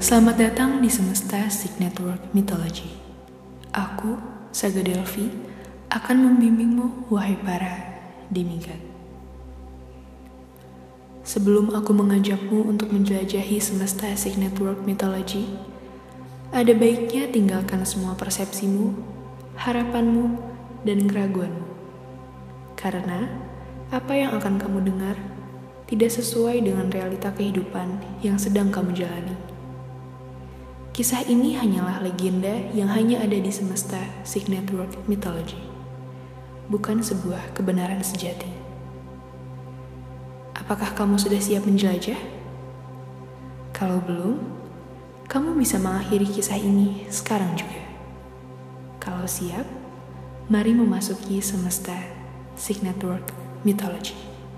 Selamat datang di Semesta Sig Network Mythology. Aku, Saga Delphi, akan membimbingmu, wahai para demigod. Sebelum aku mengajakmu untuk menjelajahi Semesta Sig Network Mythology, ada baiknya tinggalkan semua persepsimu, harapanmu, dan keraguanmu. Karena apa yang akan kamu dengar tidak sesuai dengan realita kehidupan yang sedang kamu jalani. Kisah ini hanyalah legenda yang hanya ada di Semesta Sig Network Mythology, bukan sebuah kebenaran sejati. Apakah kamu sudah siap menjelajah? Kalau belum, kamu bisa mengakhiri kisah ini sekarang juga. Kalau siap, mari memasuki Semesta Sig Network Mythology.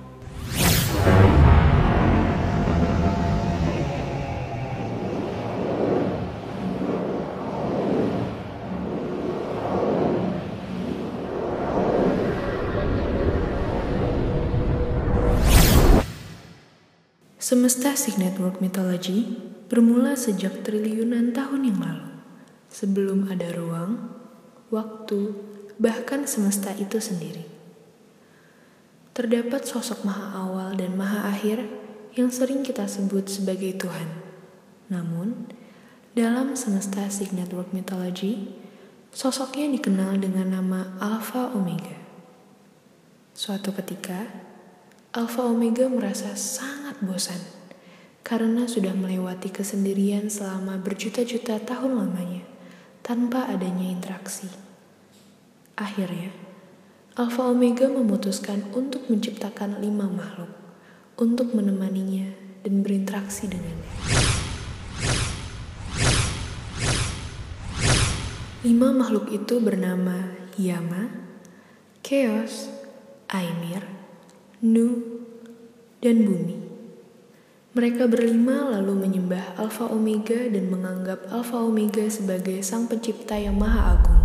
Semesta Sig Network Mythology bermula sejak triliunan tahun yang lalu, sebelum ada ruang, waktu, bahkan semesta itu sendiri. Terdapat sosok Maha Awal dan Maha Akhir yang sering kita sebut sebagai Tuhan. Namun, dalam Semesta Sig Network Mythology, sosoknya dikenal dengan nama Alpha Omega. Suatu ketika, Alpha Omega merasa sangat bosan karena sudah melewati kesendirian selama berjuta-juta tahun lamanya tanpa adanya interaksi. Akhirnya, Alpha Omega memutuskan untuk menciptakan 5 makhluk untuk menemaninya dan berinteraksi dengannya. 5 makhluk itu bernama Yama, Chaos, Ymir, Nu, dan Bumi. Mereka berlima lalu menyembah Alpha Omega dan menganggap Alpha Omega sebagai sang pencipta yang maha agung.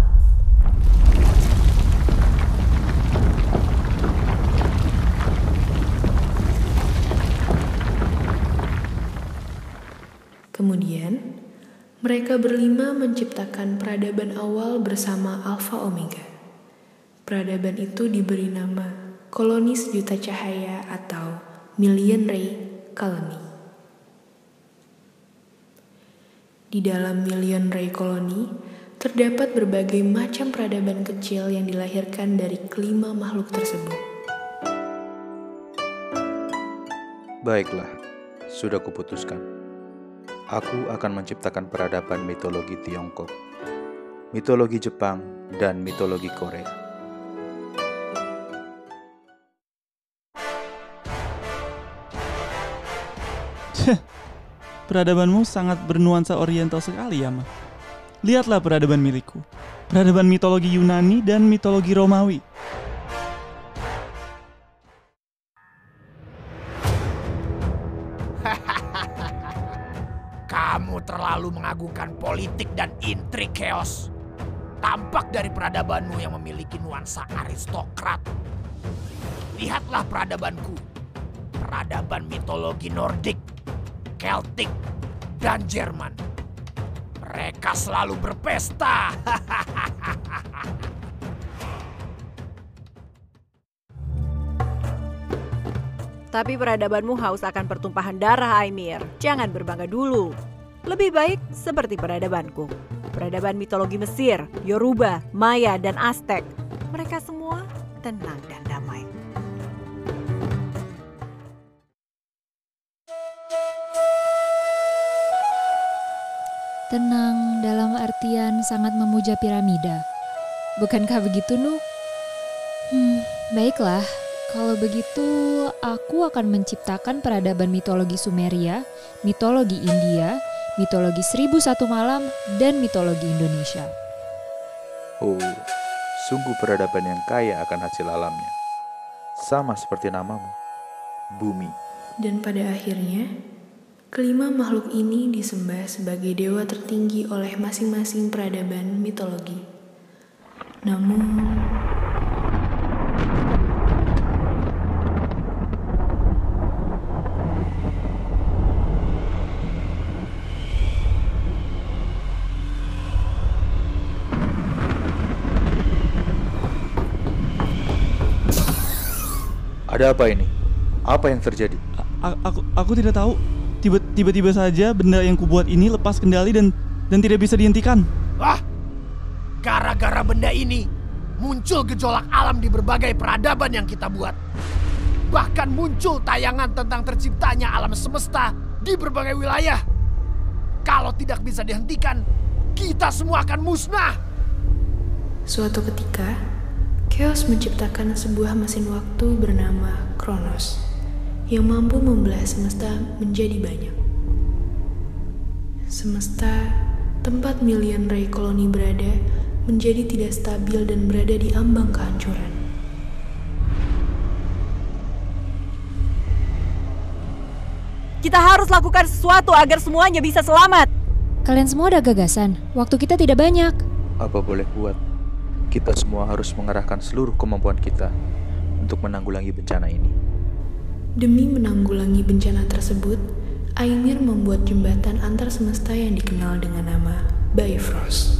Kemudian, mereka berlima menciptakan peradaban awal bersama Alpha Omega. Peradaban itu diberi nama koloni sejuta cahaya atau Million Ray Colony. Di dalam Million Ray Colony terdapat berbagai macam peradaban kecil yang dilahirkan dari kelima makhluk tersebut. Baiklah, sudah kuputuskan. Aku akan menciptakan peradaban mitologi Tiongkok, mitologi Jepang, dan mitologi Korea. Peradabanmu sangat bernuansa oriental sekali, Yama. Lihatlah peradaban milikku. Peradaban mitologi Yunani dan mitologi Romawi. Kamu terlalu mengagungkan politik dan intrik, Chaos. Tampak dari peradabanmu yang memiliki nuansa aristokrat. Lihatlah peradabanku. Peradaban mitologi Nordik, Celtic, dan Jerman. Mereka selalu berpesta. Tapi peradabanmu haus akan pertumpahan darah, Ymir. Jangan berbangga dulu. Lebih baik seperti peradabanku. Peradaban mitologi Mesir, Yoruba, Maya, dan Aztec. Mereka semua tenang dan damai. Tenang dalam artian sangat memuja piramida. Bukankah begitu, Nu? Baiklah. Kalau begitu, aku akan menciptakan peradaban mitologi Sumeria, mitologi India, mitologi 1001 Malam, dan mitologi Indonesia. Oh, sungguh peradaban yang kaya akan hasil alamnya. Sama seperti namamu, Bumi. Dan pada akhirnya, kelima makhluk ini disembah sebagai dewa tertinggi oleh masing-masing peradaban mitologi. Namun, Ada apa ini? Apa yang terjadi? Aku tidak tahu. Tiba-tiba saja benda yang kubuat ini lepas kendali dan tidak bisa dihentikan. Wah, gara-gara benda ini muncul gejolak alam di berbagai peradaban yang kita buat. Bahkan muncul tayangan tentang terciptanya alam semesta di berbagai wilayah. Kalau tidak bisa dihentikan, kita semua akan musnah. Suatu ketika, Chaos menciptakan sebuah mesin waktu bernama Kronos yang mampu membelah semesta menjadi banyak. Semesta, tempat Million Ray Colony berada, menjadi tidak stabil dan berada di ambang kehancuran. Kita harus lakukan sesuatu agar semuanya bisa selamat. Kalian semua ada gagasan, waktu kita tidak banyak. Apa boleh buat? Kita semua harus mengerahkan seluruh kemampuan kita untuk menanggulangi bencana ini. Demi menanggulangi bencana tersebut, Ymir membuat jembatan antar semesta yang dikenal dengan nama Bifrost.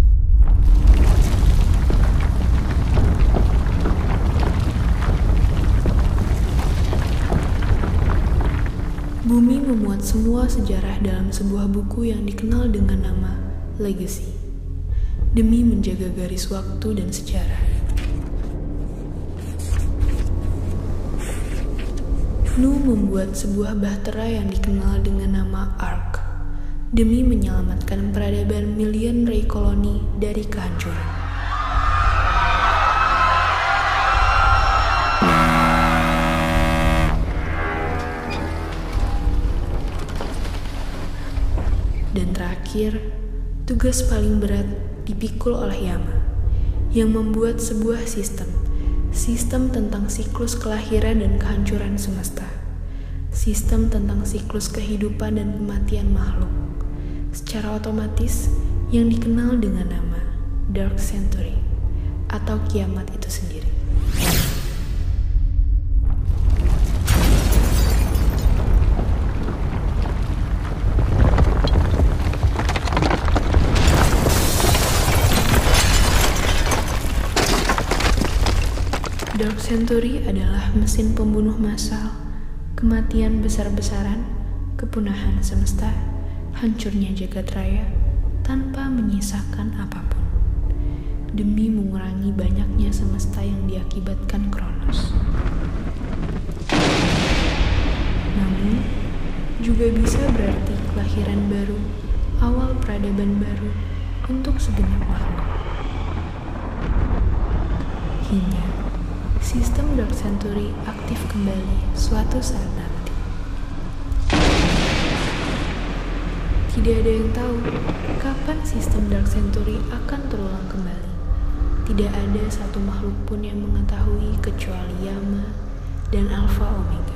Bumi memuat semua sejarah dalam sebuah buku yang dikenal dengan nama Legacy, demi menjaga garis waktu dan sejarah. Nu membuat sebuah bahtera yang dikenal dengan nama Ark, demi menyelamatkan peradaban Million Ray Colony dari kehancuran. Dan terakhir, tugas paling berat dipikul oleh Yama, yang membuat sebuah sistem tentang siklus kelahiran dan kehancuran semesta, sistem tentang siklus kehidupan dan kematian makhluk, secara otomatis yang dikenal dengan nama Dark Century, atau kiamat itu sendiri. Dark Century adalah mesin pembunuh massal, kematian besar-besaran, kepunahan semesta, hancurnya jagat raya, tanpa menyisakan apapun, demi mengurangi banyaknya semesta yang diakibatkan Kronos. Namun, juga bisa berarti kelahiran baru, awal peradaban baru untuk segenap makhluk. Hingga sistem Dark Century aktif kembali suatu saat nanti. Tidak ada yang tahu kapan sistem Dark Century akan terulang kembali. Tidak ada satu makhluk pun yang mengetahui kecuali Yama dan Alpha Omega.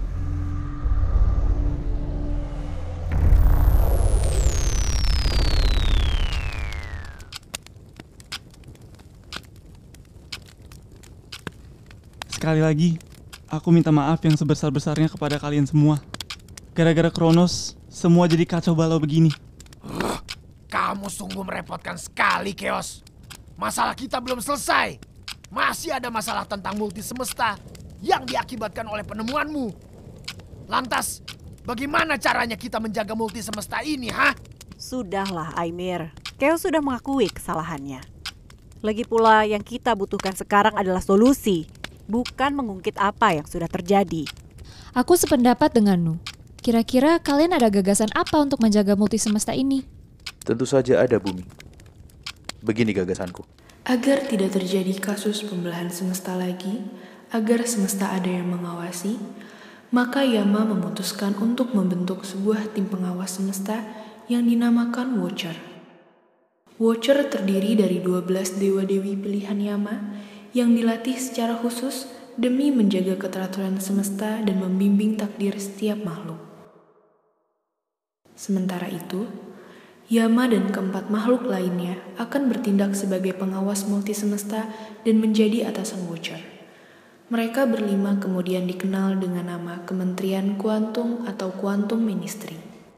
Sekali lagi, aku minta maaf yang sebesar-besarnya kepada kalian semua. Gara-gara Kronos, semua jadi kacau balau begini. Kamu sungguh merepotkan sekali, Chaos. Masalah kita belum selesai. Masih ada masalah tentang multi semesta yang diakibatkan oleh penemuanmu. Lantas, bagaimana caranya kita menjaga multi semesta ini, ha? Sudahlah, Ymir. Chaos sudah mengakui kesalahannya. Lagi pula yang kita butuhkan sekarang adalah solusi, bukan mengungkit apa yang sudah terjadi. Aku sependapat dengan Nu. Kira-kira kalian ada gagasan apa untuk menjaga multi semesta ini? Tentu saja ada, Bumi. Begini gagasanku. Agar tidak terjadi kasus pembelahan semesta lagi, agar semesta ada yang mengawasi, maka Yama memutuskan untuk membentuk sebuah tim pengawas semesta yang dinamakan Watcher. Watcher terdiri dari 12 dewa-dewi pilihan Yama yang dilatih secara khusus demi menjaga keteraturan semesta dan membimbing takdir setiap makhluk. Sementara itu, Yama dan keempat makhluk lainnya akan bertindak sebagai pengawas multi semesta dan menjadi atasan Watcher. Mereka berlima kemudian dikenal dengan nama Kementerian Kuantum atau Quantum Ministry.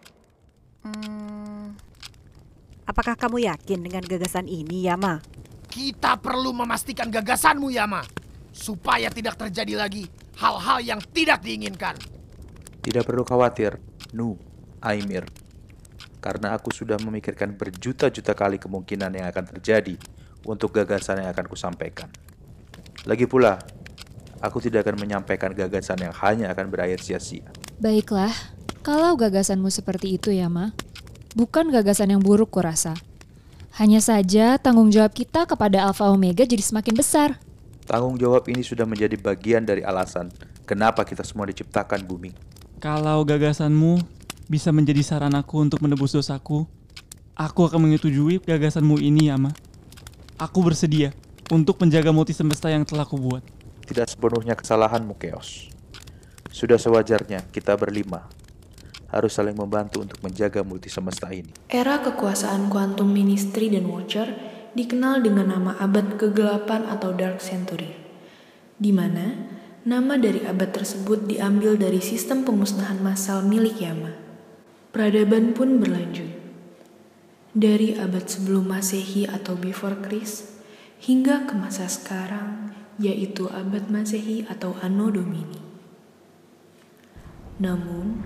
Apakah kamu yakin dengan gagasan ini, Yama? Kita perlu memastikan gagasanmu, Yama. supaya tidak terjadi lagi hal-hal yang tidak diinginkan. Tidak perlu khawatir, Nu, Aimir. Karena aku sudah memikirkan berjuta-juta kali kemungkinan yang akan terjadi untuk gagasan yang akan kusampaikan. Lagi pula, aku tidak akan menyampaikan gagasan yang hanya akan berakhir sia-sia. Baiklah, kalau gagasanmu seperti itu ya, Ma. Bukan gagasan yang buruk kurasa. Hanya saja tanggung jawab kita kepada Alpha Omega jadi semakin besar. Tanggung jawab ini sudah menjadi bagian dari alasan kenapa kita semua diciptakan, Bumi. Kalau gagasanmu bisa menjadi saran aku untuk menebus dosaku, aku akan menyetujui gagasanmu ini, Yama. Aku bersedia untuk menjaga multi semesta yang telah kubuat. Tidak sepenuhnya kesalahanmu, Chaos. Sudah sewajarnya kita berlima harus saling membantu untuk menjaga multi semesta ini. Era kekuasaan Quantum Ministry dan Watcher dikenal dengan nama abad kegelapan atau Dark Century, di mana nama dari abad tersebut diambil dari sistem pemusnahan massal milik Yama. Peradaban pun berlanjut. Dari abad sebelum Masehi atau Before Christ hingga ke masa sekarang, yaitu abad Masehi atau Anno Domini. Namun,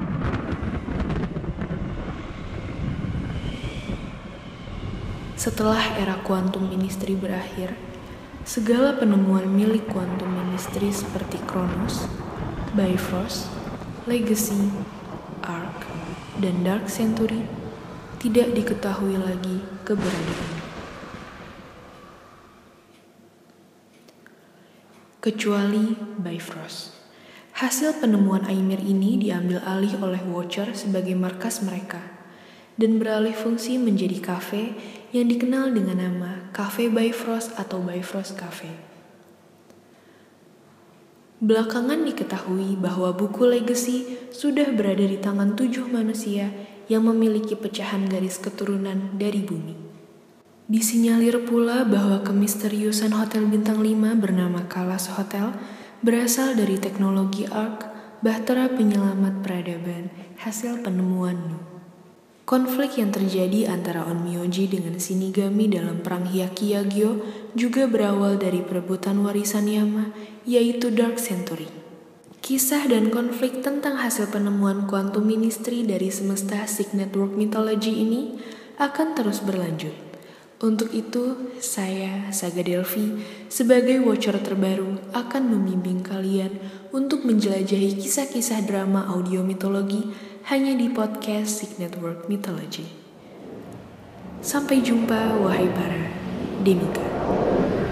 setelah era Quantum Ministry berakhir, segala penemuan milik Quantum Ministry seperti Kronos, Bifrost, Legacy, Ark, dan Dark Century tidak diketahui lagi keberadaannya. Kecuali Bifrost. Hasil penemuan Aimir ini diambil alih oleh Watcher sebagai markas mereka dan beralih fungsi menjadi kafe yang dikenal dengan nama Cafe Bifrost atau Bifrost Cafe. Belakangan diketahui bahwa buku Legacy sudah berada di tangan 7 manusia yang memiliki pecahan garis keturunan dari bumi. Disinyalir pula bahwa kemisteriusan hotel bintang 5 bernama Kalas Hotel berasal dari teknologi Ark, bahtera penyelamat peradaban, hasil penemuan Nu. Konflik yang terjadi antara Onmyoji dengan Shinigami dalam perang Hyakkyageyo juga berawal dari perebutan warisan Yama, yaitu Dark Century. Kisah dan konflik tentang hasil penemuan Quantum Ministry dari semesta Signet World Mythology ini akan terus berlanjut. Untuk itu, saya, Saga Delphi, sebagai Watcher terbaru akan membimbing kalian untuk menjelajahi kisah-kisah drama audio mitologi hanya di podcast Signet World Mythology. Sampai jumpa, wahai para demika.